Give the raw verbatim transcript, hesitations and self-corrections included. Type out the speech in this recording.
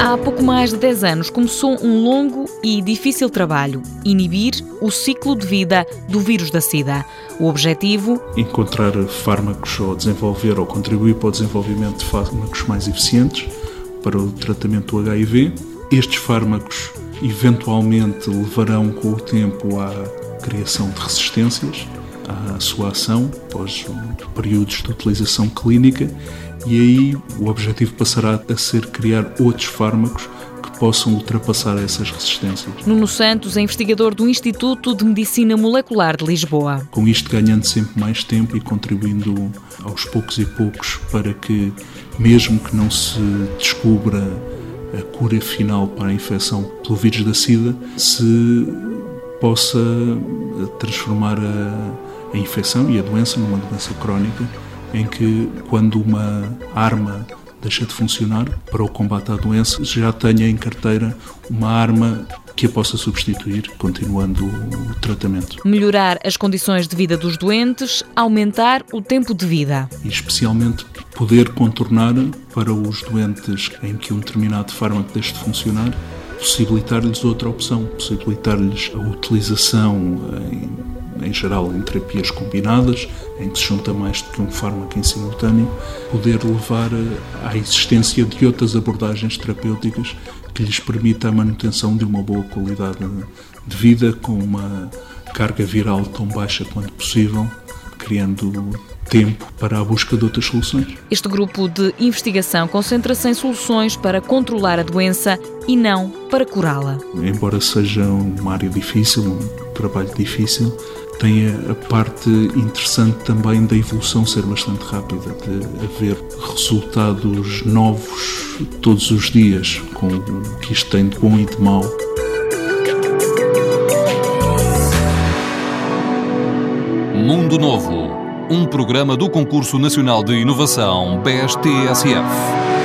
Há pouco mais de dez anos começou um longo e difícil trabalho: inibir o ciclo de vida do vírus da SIDA. O objetivo? Encontrar fármacos ou desenvolver ou contribuir para o desenvolvimento de fármacos mais eficientes para o tratamento do H I V. Estes fármacos eventualmente levarão com o tempo à criação de resistências à sua ação, após períodos de utilização clínica, e aí o objetivo passará a ser criar outros fármacos que possam ultrapassar essas resistências. Nuno Santos é investigador do Instituto de Medicina Molecular de Lisboa. Com isto ganhando sempre mais tempo e contribuindo aos poucos e poucos para que, mesmo que não se descubra a cura final para a infecção pelo vírus da SIDA, se possa transformar a a infecção e a doença numa doença crónica, em que, quando uma arma deixa de funcionar para o combate à doença, já tenha em carteira uma arma que a possa substituir, continuando o tratamento. Melhorar as condições de vida dos doentes, aumentar o tempo de vida. E especialmente poder contornar para os doentes em que um determinado fármaco deixe de funcionar, possibilitar-lhes outra opção, possibilitar-lhes a utilização em em geral em terapias combinadas, em que se junta mais do que um fármaco em simultâneo, poder levar à existência de outras abordagens terapêuticas que lhes permita a manutenção de uma boa qualidade de vida, com uma carga viral tão baixa quanto possível, criando tempo para a busca de outras soluções. Este grupo de investigação concentra-se em soluções para controlar a doença e não para curá-la. Embora seja uma área difícil, um trabalho difícil, tem a parte interessante também da evolução ser bastante rápida, de haver resultados novos todos os dias, com o que isto tem de bom e de mau. Mundo Novo, um programa do Concurso Nacional de Inovação B E S T S F.